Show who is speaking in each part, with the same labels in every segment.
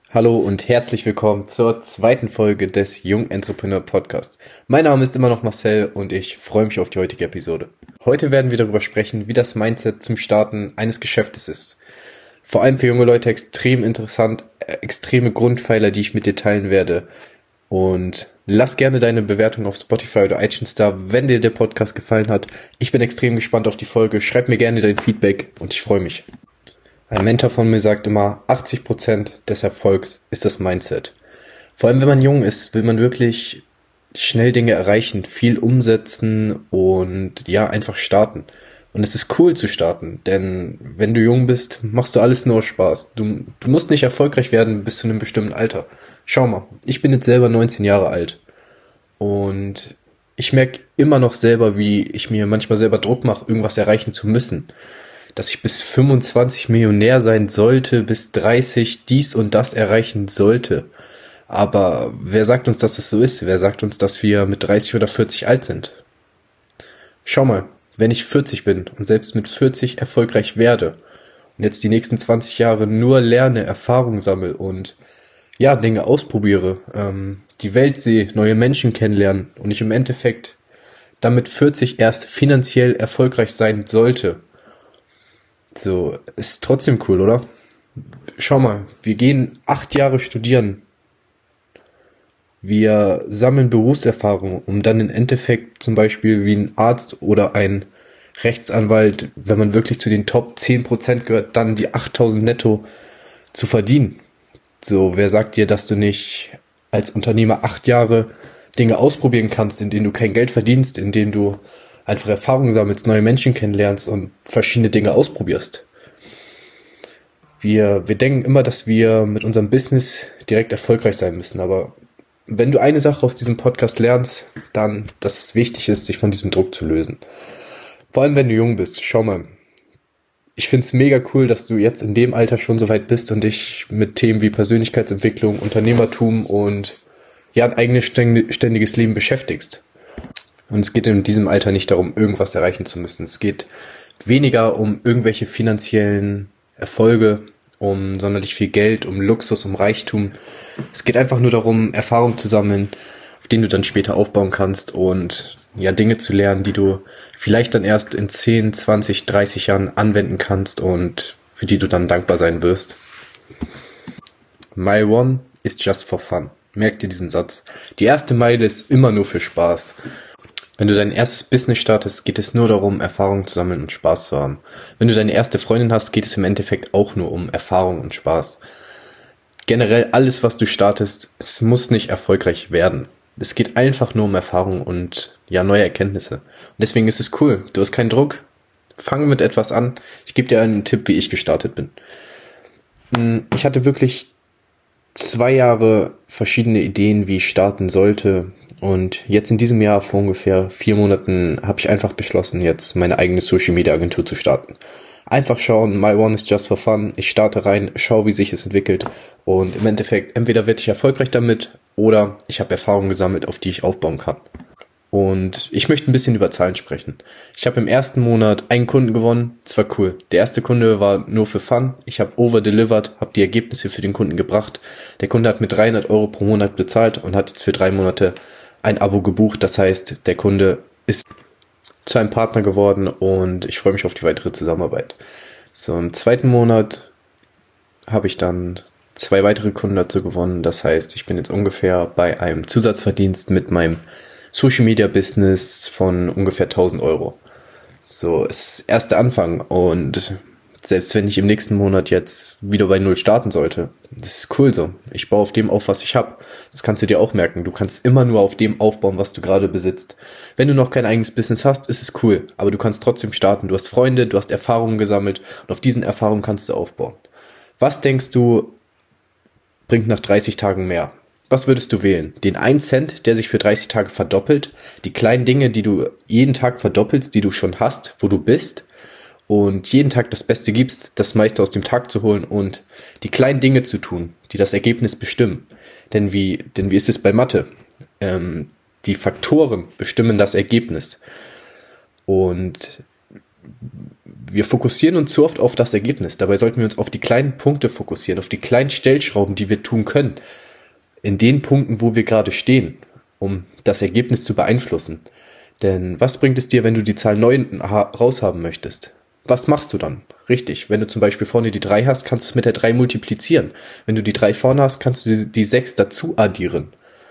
Speaker 1: Hallo und herzlich willkommen zur zweiten Folge des Jung Entrepreneur Podcasts. Mein Name ist immer noch Marcel und ich freue mich auf die heutige Episode. Heute werden wir darüber sprechen, wie das Mindset zum Starten eines Geschäftes ist. Vor allem für junge Leute extrem interessant, extreme Grundpfeiler, die ich mit dir teilen werde. Und lass gerne deine Bewertung auf Spotify oder iTunes da, wenn dir der Podcast gefallen hat. Ich bin extrem gespannt auf die Folge. Schreib mir gerne dein Feedback und ich freue mich. Ein Mentor von mir sagt immer, 80% des Erfolgs ist das Mindset. Vor allem, wenn man jung ist, will man wirklich schnell Dinge erreichen, viel umsetzen und ja, einfach starten. Und es ist cool zu starten, denn wenn du jung bist, machst du alles nur aus Spaß. Du musst nicht erfolgreich werden bis zu einem bestimmten Alter. Schau mal, ich bin jetzt selber 19 Jahre alt und ich merke immer noch selber, wie ich mir manchmal selber Druck mache, irgendwas erreichen zu müssen. Dass ich bis 25 Millionär sein sollte, bis 30 dies und das erreichen sollte. Aber wer sagt uns, dass es so ist? Wer sagt uns, dass wir mit 30 oder 40 alt sind? Schau mal, wenn ich 40 bin und selbst mit 40 erfolgreich werde und jetzt die nächsten 20 Jahre nur lerne, Erfahrung sammle und ja, Dinge ausprobiere, die Welt sehe, neue Menschen kennenlernen und ich im Endeffekt damit 40 erst finanziell erfolgreich sein sollte, so, ist trotzdem cool, oder? Schau mal, wir gehen 8 Jahre studieren. Wir sammeln Berufserfahrung, um dann im Endeffekt zum Beispiel wie ein Arzt oder ein Rechtsanwalt, wenn man wirklich zu den Top 10% gehört, dann die 8.000 netto zu verdienen. So, wer sagt dir, dass du nicht als Unternehmer 8 Jahre Dinge ausprobieren kannst, in denen du kein Geld verdienst, in denen du einfach Erfahrungen sammelst, neue Menschen kennenlernst und verschiedene Dinge ausprobierst. Wir denken immer, dass wir mit unserem Business direkt erfolgreich sein müssen, aber wenn du eine Sache aus diesem Podcast lernst, dann, dass es wichtig ist, sich von diesem Druck zu lösen. Vor allem, wenn du jung bist. Schau mal, ich finde es mega cool, dass du jetzt in dem Alter schon so weit bist und dich mit Themen wie Persönlichkeitsentwicklung, Unternehmertum und ja, ein eigenes ständiges Leben beschäftigst. Und es geht in diesem Alter nicht darum, irgendwas erreichen zu müssen. Es geht weniger um irgendwelche finanziellen Erfolge, um sonderlich viel Geld, um Luxus, um Reichtum. Es geht einfach nur darum, Erfahrung zu sammeln, auf denen du dann später aufbauen kannst und ja, Dinge zu lernen, die du vielleicht dann erst in 10, 20, 30 Jahren anwenden kannst und für die du dann dankbar sein wirst. Mile 1 is just for fun. Merk dir diesen Satz. Die erste Meile ist immer nur für Spaß. Wenn du dein erstes Business startest, geht es nur darum, Erfahrung zu sammeln und Spaß zu haben. Wenn du deine erste Freundin hast, geht es im Endeffekt auch nur um Erfahrung und Spaß. Generell alles, was du startest, es muss nicht erfolgreich werden. Es geht einfach nur um Erfahrung und ja, neue Erkenntnisse. Und deswegen ist es cool. Du hast keinen Druck. Fang mit etwas an. Ich gebe dir einen Tipp, wie ich gestartet bin. Ich hatte wirklich 2 Jahre verschiedene Ideen, wie ich starten sollte. Und jetzt in diesem Jahr, vor ungefähr 4 Monaten, habe ich einfach beschlossen, jetzt meine eigene Social Media Agentur zu starten. Einfach schauen, my one is just for fun. Ich starte rein, schaue, wie sich es entwickelt. Und im Endeffekt, entweder werde ich erfolgreich damit oder ich habe Erfahrungen gesammelt, auf die ich aufbauen kann. Und ich möchte ein bisschen über Zahlen sprechen. Ich habe im ersten Monat einen Kunden gewonnen. Das war cool. Der erste Kunde war nur für Fun. Ich habe over-delivered, habe die Ergebnisse für den Kunden gebracht. Der Kunde hat mit 300 Euro pro Monat bezahlt und hat jetzt für 3 Monate ein Abo gebucht. Das heißt, der Kunde ist zu einem Partner geworden und ich freue mich auf die weitere Zusammenarbeit. So, im zweiten Monat habe ich dann 2 weitere Kunden dazu gewonnen. Das heißt, ich bin jetzt ungefähr bei einem Zusatzverdienst mit meinem Social Media Business von ungefähr 1.000 Euro. So, ist erst der Anfang und selbst wenn ich im nächsten Monat jetzt wieder bei Null starten sollte, das ist cool so. Ich baue auf dem auf, was ich habe. Das kannst du dir auch merken. Du kannst immer nur auf dem aufbauen, was du gerade besitzt. Wenn du noch kein eigenes Business hast, ist es cool. Aber du kannst trotzdem starten. Du hast Freunde, du hast Erfahrungen gesammelt und auf diesen Erfahrungen kannst du aufbauen. Was denkst du, bringt nach 30 Tagen mehr? Was würdest du wählen? Den 1 Cent, der sich für 30 Tage verdoppelt? Die kleinen Dinge, die du jeden Tag verdoppelst, die du schon hast, wo du bist? Und jeden Tag das Beste gibst, das meiste aus dem Tag zu holen und die kleinen Dinge zu tun, die das Ergebnis bestimmen. Denn wie ist es bei Mathe? Die Faktoren bestimmen das Ergebnis. Und wir fokussieren uns zu oft auf das Ergebnis. Dabei sollten wir uns auf die kleinen Punkte fokussieren, auf die kleinen Stellschrauben, die wir tun können. In den Punkten, wo wir gerade stehen, um das Ergebnis zu beeinflussen. Denn was bringt es dir, wenn du die Zahl 9 raushaben möchtest? Was machst du dann? Richtig, wenn du zum Beispiel vorne die 3 hast, kannst du es mit der 3 multiplizieren. Wenn du die 3 vorne hast, kannst du die 6 dazu addieren.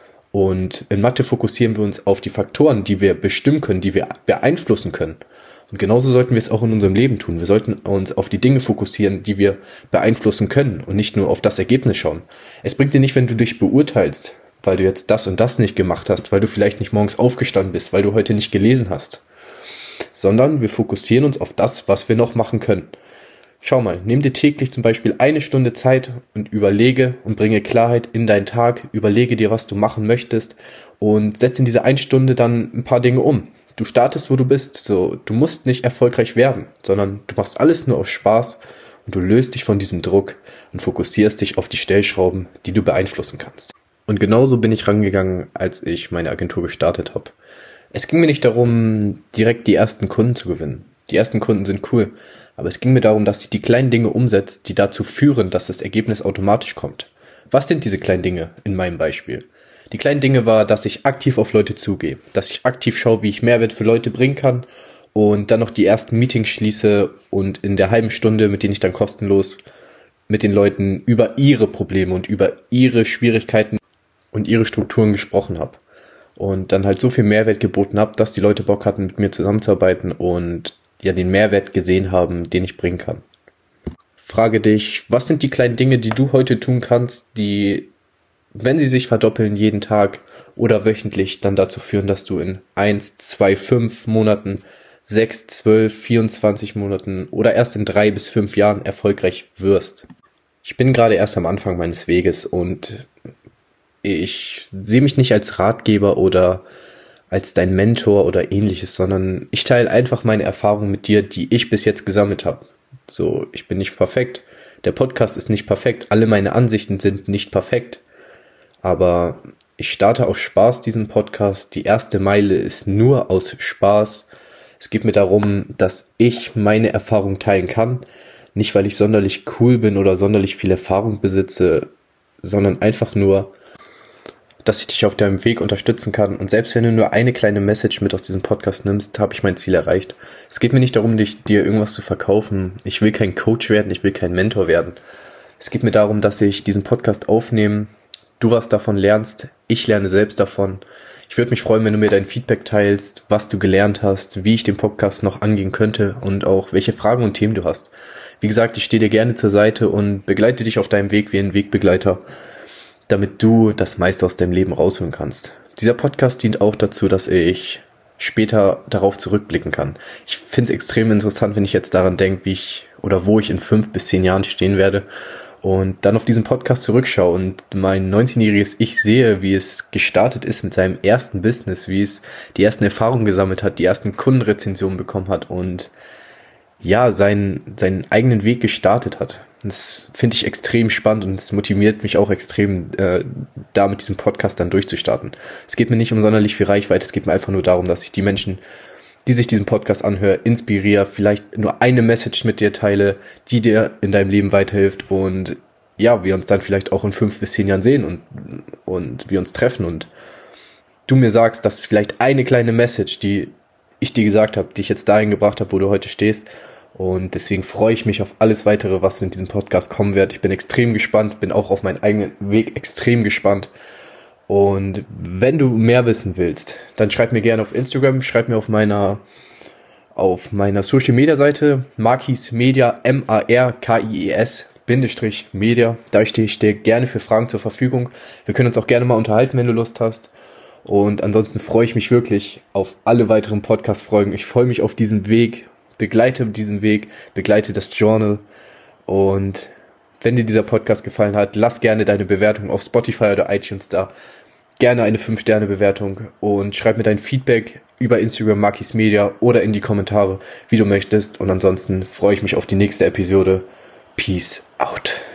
Speaker 1: Und in Mathe fokussieren wir uns auf die Faktoren, die wir bestimmen können, die wir beeinflussen können. Und genauso sollten wir es auch in unserem Leben tun. Wir sollten uns auf die Dinge fokussieren, die wir beeinflussen können und nicht nur auf das Ergebnis schauen. Es bringt dir nicht, wenn du dich beurteilst, weil du jetzt das und das nicht gemacht hast, weil du vielleicht nicht morgens aufgestanden bist, weil du heute nicht gelesen hast, sondern wir fokussieren uns auf das, was wir noch machen können. Schau mal, nimm dir täglich zum Beispiel 1 Stunde Zeit und überlege und bringe Klarheit in deinen Tag, überlege dir, was du machen möchtest und setze in diese 1 Stunde dann ein paar Dinge um. Du startest, wo du bist, so, du musst nicht erfolgreich werden, sondern du machst alles nur aus Spaß und du löst dich von diesem Druck und fokussierst dich auf die Stellschrauben, die du beeinflussen kannst. Und genauso bin ich rangegangen, als ich meine Agentur gestartet habe. Es ging mir nicht darum, direkt die ersten Kunden zu gewinnen. Die ersten Kunden sind cool, aber es ging mir darum, dass ich die kleinen Dinge umsetze, die dazu führen, dass das Ergebnis automatisch kommt. Was sind diese kleinen Dinge in meinem Beispiel? Die kleinen Dinge war, dass ich aktiv auf Leute zugehe, dass ich aktiv schaue, wie ich Mehrwert für Leute bringen kann und dann noch die ersten Meetings schließe und in der halben Stunde, mit denen ich dann kostenlos mit den Leuten über ihre Probleme und über ihre Schwierigkeiten und ihre Strukturen gesprochen habe. Und dann halt so viel Mehrwert geboten habe, dass die Leute Bock hatten, mit mir zusammenzuarbeiten und ja den Mehrwert gesehen haben, den ich bringen kann. Frage dich, was sind die kleinen Dinge, die du heute tun kannst, die, wenn sie sich verdoppeln jeden Tag oder wöchentlich, dann dazu führen, dass du in 1, 2, 5 Monaten, 6, 12, 24 Monaten oder erst in 3 bis 5 Jahren erfolgreich wirst. Ich bin gerade erst am Anfang meines Weges und ich sehe mich nicht als Ratgeber oder als dein Mentor oder ähnliches, sondern ich teile einfach meine Erfahrungen mit dir, die ich bis jetzt gesammelt habe. So, ich bin nicht perfekt, der Podcast ist nicht perfekt, alle meine Ansichten sind nicht perfekt, aber ich starte aus Spaß diesen Podcast. Die erste Meile ist nur aus Spaß. Es geht mir darum, dass ich meine Erfahrung teilen kann, nicht weil ich sonderlich cool bin oder sonderlich viel Erfahrung besitze, sondern einfach nur, dass ich dich auf deinem Weg unterstützen kann. Und selbst wenn du nur eine kleine Message mit aus diesem Podcast nimmst, habe ich mein Ziel erreicht. Es geht mir nicht darum, dir irgendwas zu verkaufen. Ich will kein Coach werden, ich will kein Mentor werden. Es geht mir darum, dass ich diesen Podcast aufnehme, du was davon lernst, ich lerne selbst davon. Ich würde mich freuen, wenn du mir dein Feedback teilst, was du gelernt hast, wie ich den Podcast noch angehen könnte und auch welche Fragen und Themen du hast. Wie gesagt, ich stehe dir gerne zur Seite und begleite dich auf deinem Weg wie ein Wegbegleiter, damit du das meiste aus deinem Leben rausholen kannst. Dieser Podcast dient auch dazu, dass ich später darauf zurückblicken kann. Ich finde es extrem interessant, wenn ich jetzt daran denke, wie ich oder wo ich in 5 bis 10 Jahren stehen werde und dann auf diesen Podcast zurückschaue und mein 19-jähriges Ich sehe, wie es gestartet ist mit seinem ersten Business, wie es die ersten Erfahrungen gesammelt hat, die ersten Kundenrezensionen bekommen hat und ja, seinen eigenen Weg gestartet hat. Das finde ich extrem spannend und es motiviert mich auch extrem, da mit diesem Podcast dann durchzustarten. Es geht mir nicht um sonderlich viel Reichweite, es geht mir einfach nur darum, dass ich die Menschen, die sich diesen Podcast anhören, inspiriere, vielleicht nur eine Message mit dir teile, die dir in deinem Leben weiterhilft und ja, wir uns dann vielleicht auch in 5 bis 10 Jahren sehen und wir uns treffen und du mir sagst, dass vielleicht eine kleine Message, die ich dir gesagt habe, die ich jetzt dahin gebracht habe, wo du heute stehst. Und deswegen freue ich mich auf alles weitere, was mit diesem Podcast kommen wird. Ich bin extrem gespannt, bin auch auf meinen eigenen Weg extrem gespannt. Und wenn du mehr wissen willst, dann schreib mir gerne auf Instagram, schreib mir auf meiner Social Media Seite, Markies Media, MARKIES_Media. Da stehe ich dir gerne für Fragen zur Verfügung. Wir können uns auch gerne mal unterhalten, wenn du Lust hast. Und ansonsten freue ich mich wirklich auf alle weiteren Podcast-Folgen. Ich freue mich auf diesen Weg, begleite diesen Weg, begleite das Journal. Und wenn dir dieser Podcast gefallen hat, lass gerne deine Bewertung auf Spotify oder iTunes da. Gerne eine 5-Sterne-Bewertung und schreib mir dein Feedback über Instagram, Markies Media oder in die Kommentare, wie du möchtest. Und ansonsten freue ich mich auf die nächste Episode. Peace out.